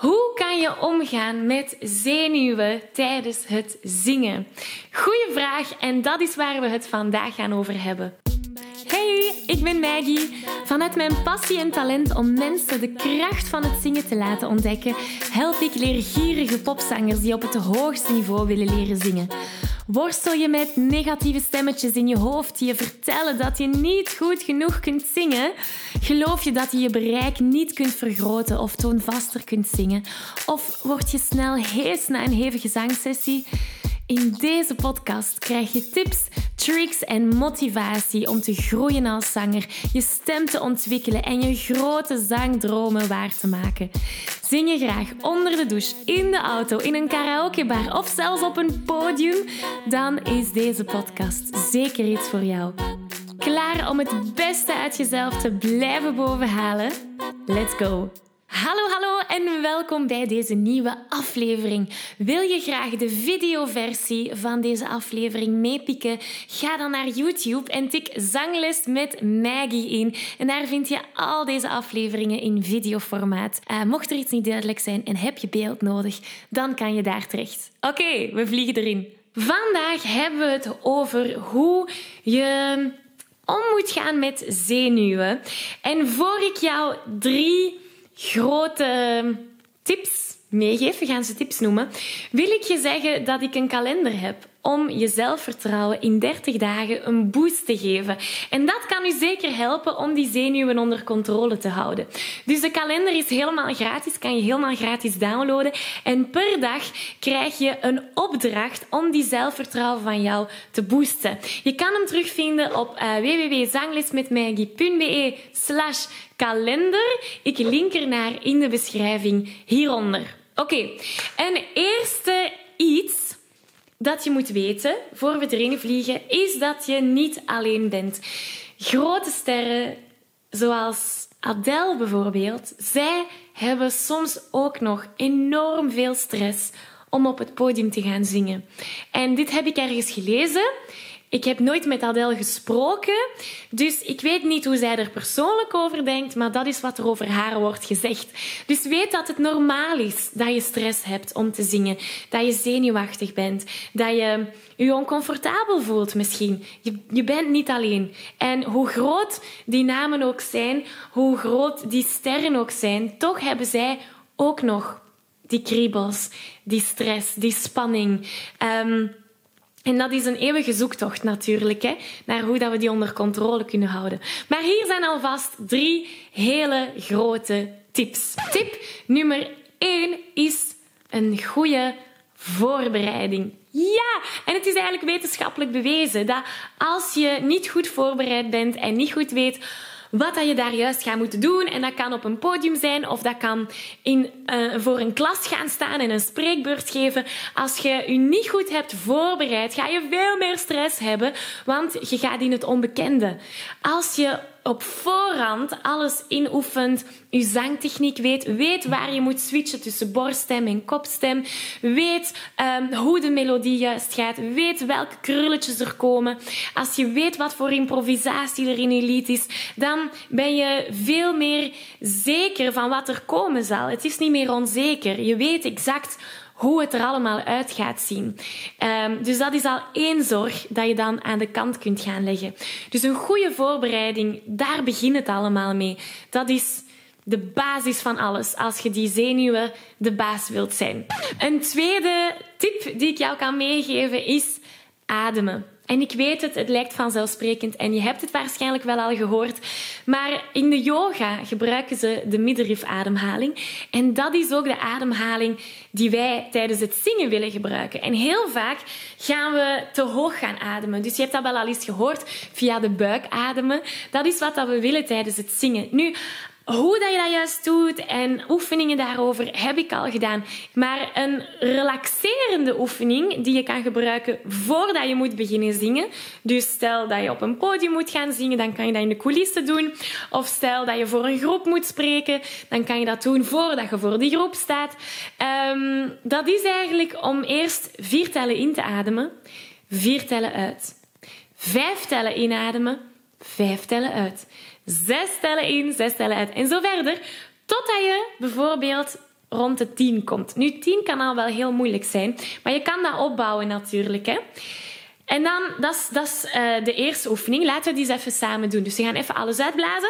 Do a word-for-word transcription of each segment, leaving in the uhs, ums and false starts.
Hoe kan je omgaan met zenuwen tijdens het zingen? Goeie vraag en dat is waar we het vandaag gaan over hebben. Hey, ik ben Maggie. Vanuit mijn passie en talent om mensen de kracht van het zingen te laten ontdekken, help ik leergierige popzangers die op het hoogste niveau willen leren zingen. Worstel je met negatieve stemmetjes in je hoofd die je vertellen dat je niet goed genoeg kunt zingen? Geloof je dat je je bereik niet kunt vergroten of toonvaster kunt zingen? Of word je snel hees na een hevige zangsessie? In deze podcast krijg je tips, tricks en motivatie om te groeien als zanger, je stem te ontwikkelen en je grote zangdromen waar te maken. Zing je graag onder de douche, in de auto, in een karaokebar of zelfs op een podium? Dan is deze podcast zeker iets voor jou. Klaar om het beste uit jezelf te blijven bovenhalen? Let's go! Hallo, hallo en welkom bij deze nieuwe aflevering. Wil je graag de videoversie van deze aflevering meepikken? Ga dan naar YouTube en tik Zangles met Maggie in. En daar vind je al deze afleveringen in videoformaat. Uh, mocht er iets niet duidelijk zijn en heb je beeld nodig, dan kan je daar terecht. Oké, okay, we vliegen erin. Vandaag hebben we het over hoe je om moet gaan met zenuwen. En voor ik jou drie grote tips meegeef, we gaan ze tips noemen, wil ik je zeggen dat ik een kalender heb om je zelfvertrouwen in dertig dagen een boost te geven. En dat kan u zeker helpen om die zenuwen onder controle te houden. Dus de kalender is helemaal gratis, kan je helemaal gratis downloaden. En per dag krijg je een opdracht om die zelfvertrouwen van jou te boosten. Je kan hem terugvinden op uh, w w w punt zanglesmetmaggie punt b e slash kalender. Ik link ernaar in de beschrijving hieronder. Oké, okay. Een eerste iets dat je moet weten, voor we erin vliegen, is dat je niet alleen bent. Grote sterren, zoals Adele bijvoorbeeld, zij hebben soms ook nog enorm veel stress om op het podium te gaan zingen. En dit heb ik ergens gelezen. Ik heb nooit met Adele gesproken, dus ik weet niet hoe zij er persoonlijk over denkt, maar dat is wat er over haar wordt gezegd. Dus weet dat het normaal is dat je stress hebt om te zingen, dat je zenuwachtig bent, dat je je oncomfortabel voelt misschien. Je, je bent niet alleen. En hoe groot die namen ook zijn, hoe groot die sterren ook zijn, toch hebben zij ook nog die kriebels, die stress, die spanning. Um, En dat is een eeuwige zoektocht natuurlijk, hè, naar hoe dat we die onder controle kunnen houden. Maar hier zijn alvast drie hele grote tips. Tip nummer één is een goede voorbereiding. Ja, en het is eigenlijk wetenschappelijk bewezen dat als je niet goed voorbereid bent en niet goed weet wat dat je daar juist gaat moeten doen, en dat kan op een podium zijn of dat kan in, uh, voor een klas gaan staan en een spreekbeurt geven. Als je je niet goed hebt voorbereid, ga je veel meer stress hebben, want je gaat in het onbekende. Als je op voorhand alles inoefent, je zangtechniek weet, weet waar je moet switchen tussen borststem en kopstem, weet um, hoe de melodie juist gaat, weet welke krulletjes er komen. Als je weet wat voor improvisatie er in je lied is, dan ben je veel meer zeker van wat er komen zal. Het is niet meer onzeker. Je weet exact hoe het er allemaal uit gaat zien. Um, dus dat is al één zorg dat je dan aan de kant kunt gaan leggen. Dus een goede voorbereiding, daar begint het allemaal mee. Dat is de basis van alles, als je die zenuwen de baas wilt zijn. Een tweede tip die ik jou kan meegeven is ademen. En ik weet het, het lijkt vanzelfsprekend en je hebt het waarschijnlijk wel al gehoord. Maar in de yoga gebruiken ze de middenrifademhaling. En dat is ook de ademhaling die wij tijdens het zingen willen gebruiken. En heel vaak gaan we te hoog gaan ademen. Dus je hebt dat wel al eens gehoord, via de buik ademen. Dat is wat we willen tijdens het zingen. Nu, hoe dat je dat juist doet en oefeningen daarover heb ik al gedaan. Maar een relaxerende oefening die je kan gebruiken voordat je moet beginnen zingen. Dus stel dat je op een podium moet gaan zingen, dan kan je dat in de coulissen doen. Of stel dat je voor een groep moet spreken, dan kan je dat doen voordat je voor die groep staat. Um, dat is eigenlijk om eerst vier tellen in te ademen, vier tellen uit. Vijf tellen inademen, vijf tellen uit. Zes tellen in, zes tellen uit. En zo verder, totdat je bijvoorbeeld rond de tien komt. Nu, tien kan al wel heel moeilijk zijn, maar je kan dat opbouwen natuurlijk, hè. En dan, dat is, dat is uh, de eerste oefening. Laten we die eens even samen doen. Dus we gaan even alles uitblazen.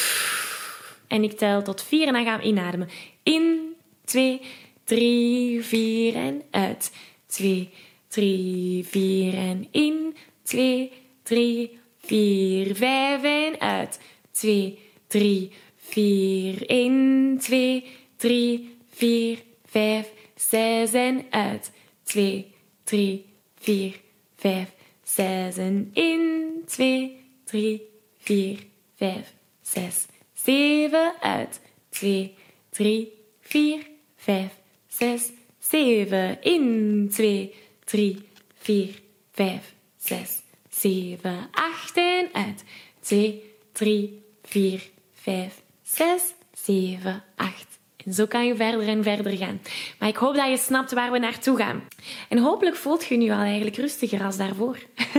En ik tel tot vier en dan gaan we inademen. In, twee, drie, vier en uit. Twee, drie, vier en in. Twee, drie, vier, vijf en uit. Twee, drie, vier, in. Twee, drie, vier, vijf, zes en uit. Twee, drie, vier, vijf, zes en in. Twee, drie, vier, vijf, zes, zeven uit. Twee, drie, vier, vijf, zes, zeven in. Twee, drie, vier, vijf, zes, zeven, acht en uit. Twee, drie, vier, vijf, zes, zeven, acht. En zo kan je verder en verder gaan. Maar ik hoop dat je snapt waar we naartoe gaan. En hopelijk voelt je je nu al eigenlijk rustiger als daarvoor.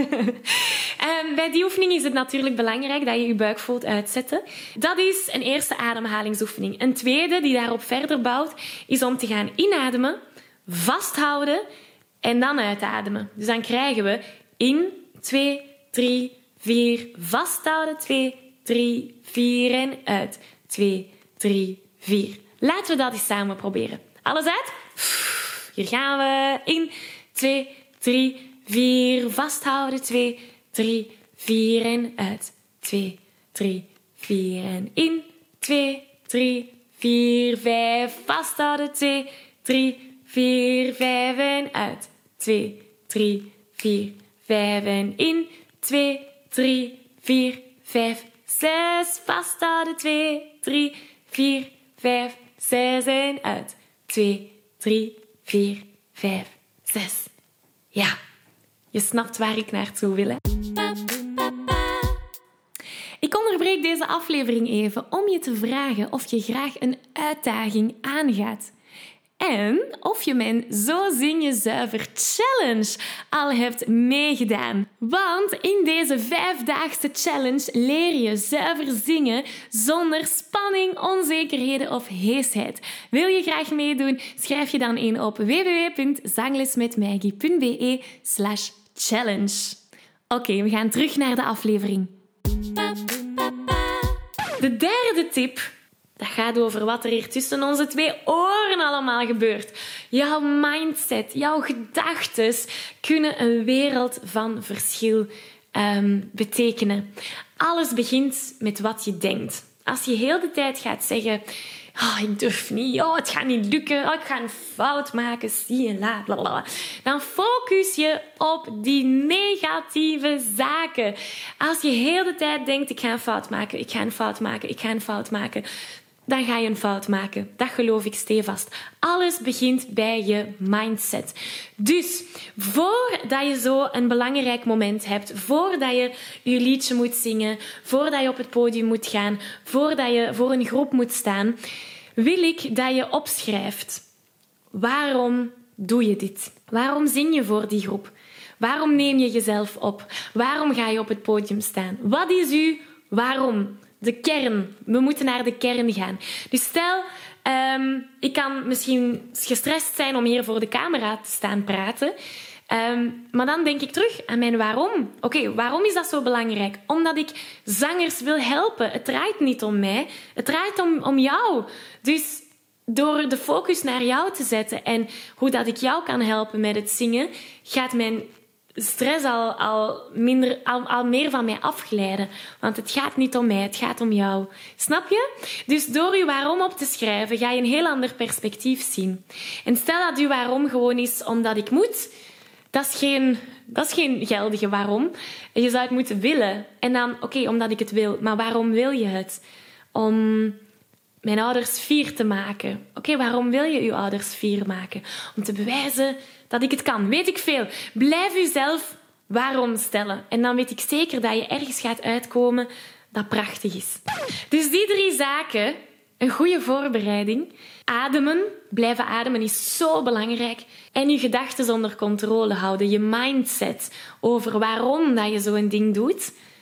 um, bij die oefening is het natuurlijk belangrijk dat je je buik voelt uitzetten. Dat is een eerste ademhalingsoefening. Een tweede, die daarop verder bouwt, is om te gaan inademen, vasthouden en dan uitademen. Dus dan krijgen we in, twee, drie, vier, vasthouden, twee, drie, vier en uit. twee, drie, vier. Laten we dat eens samen proberen. Alles uit? Hier gaan we. In, twee, drie, vier. Vasthouden. twee, drie, vier en uit. twee, drie, vier en in. twee, drie, vier, vijf. Vasthouden. twee, drie, vier, vijf en uit. twee, drie, vier, vijf en in. twee, drie, vier, vijf, zes. Vasthouden. twee, drie, vier, vijf, zes en uit. twee, drie, vier, vijf, zes. Ja, je snapt waar ik naartoe wil, hè? Ik onderbreek deze aflevering even om je te vragen of je graag een uitdaging aangaat. En of je mijn Zo Zing Je Zuiver Challenge al hebt meegedaan. Want in deze vijfdaagse challenge leer je zuiver zingen zonder spanning, onzekerheden of heesheid. Wil je graag meedoen? Schrijf je dan in op w w w punt zanglesmetmaggie punt b e slash challenge. Oké, okay, we gaan terug naar de aflevering. De derde tip... Dat gaat over wat er hier tussen onze twee oren allemaal gebeurt. Jouw mindset, jouw gedachten kunnen een wereld van verschil um, betekenen. Alles begint met wat je denkt. Als je heel de tijd gaat zeggen... Oh, ik durf niet, oh, het gaat niet lukken, oh, ik ga een fout maken, zie en la, bla, bla. Dan focus je op die negatieve zaken. Als je heel de tijd denkt, ik ga een fout maken, ik ga een fout maken, ik ga een fout maken... dan ga je een fout maken. Dat geloof ik stevast. Alles begint bij je mindset. Dus voordat je zo een belangrijk moment hebt, voordat je je liedje moet zingen, voordat je op het podium moet gaan, voordat je voor een groep moet staan, wil ik dat je opschrijft. Waarom doe je dit? Waarom zing je voor die groep? Waarom neem je jezelf op? Waarom ga je op het podium staan? Wat is uw waarom? De kern. We moeten naar de kern gaan. Dus stel, um, ik kan misschien gestrest zijn om hier voor de camera te staan praten. Um, maar dan denk ik terug aan mijn waarom. Oké, okay, waarom is dat zo belangrijk? Omdat ik zangers wil helpen. Het draait niet om mij. Het draait om, om jou. Dus door de focus naar jou te zetten en hoe dat ik jou kan helpen met het zingen, gaat mijn stress al, al, minder, al, al meer van mij afglijden. Want het gaat niet om mij, het gaat om jou. Snap je? Dus door je waarom op te schrijven, ga je een heel ander perspectief zien. En stel dat je waarom gewoon is omdat ik moet, dat is geen, dat is geen geldige waarom. Je zou het moeten willen. En dan, oké, okay, omdat ik het wil. Maar waarom wil je het? Om mijn ouders fier te maken. Oké, okay, waarom wil je je ouders fier maken? Om te bewijzen dat ik het kan. Weet ik veel. Blijf jezelf waarom stellen. En dan weet ik zeker dat je ergens gaat uitkomen dat prachtig is. Dus die drie zaken, een goede voorbereiding. Ademen, blijven ademen is zo belangrijk. En je gedachten onder controle houden. Je mindset over waarom dat je zo'n ding doet.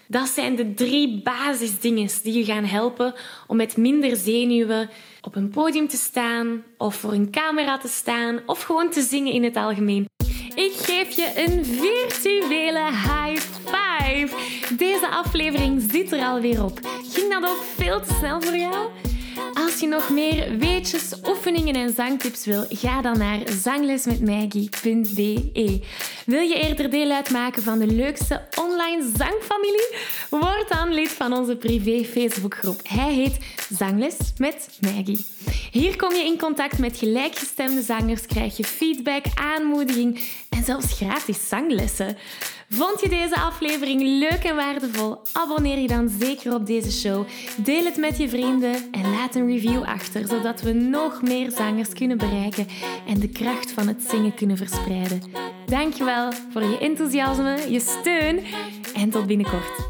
Dat zijn de drie basisdingen die je gaan helpen om met minder zenuwen op een podium te staan of voor een camera te staan of gewoon te zingen in het algemeen. Ik geef je een virtuele high five. Deze aflevering zit er alweer op. Ging dat ook veel te snel voor jou? Als je nog meer weetjes, oefeningen en zangtips wil, ga dan naar zangles met maggie punt b e. Wil je eerder deel uitmaken van de leukste online zangfamilie? Word dan lid van onze privé Facebookgroep. Hij heet Zangles met Maggie. Hier kom je in contact met gelijkgestemde zangers, krijg je feedback, aanmoediging en zelfs gratis zanglessen. Vond je deze aflevering leuk en waardevol? Abonneer je dan zeker op deze show. Deel het met je vrienden en laat een review achter, zodat we nog meer zangers kunnen bereiken en de kracht van het zingen kunnen verspreiden. Dankjewel voor je enthousiasme, je steun en tot binnenkort.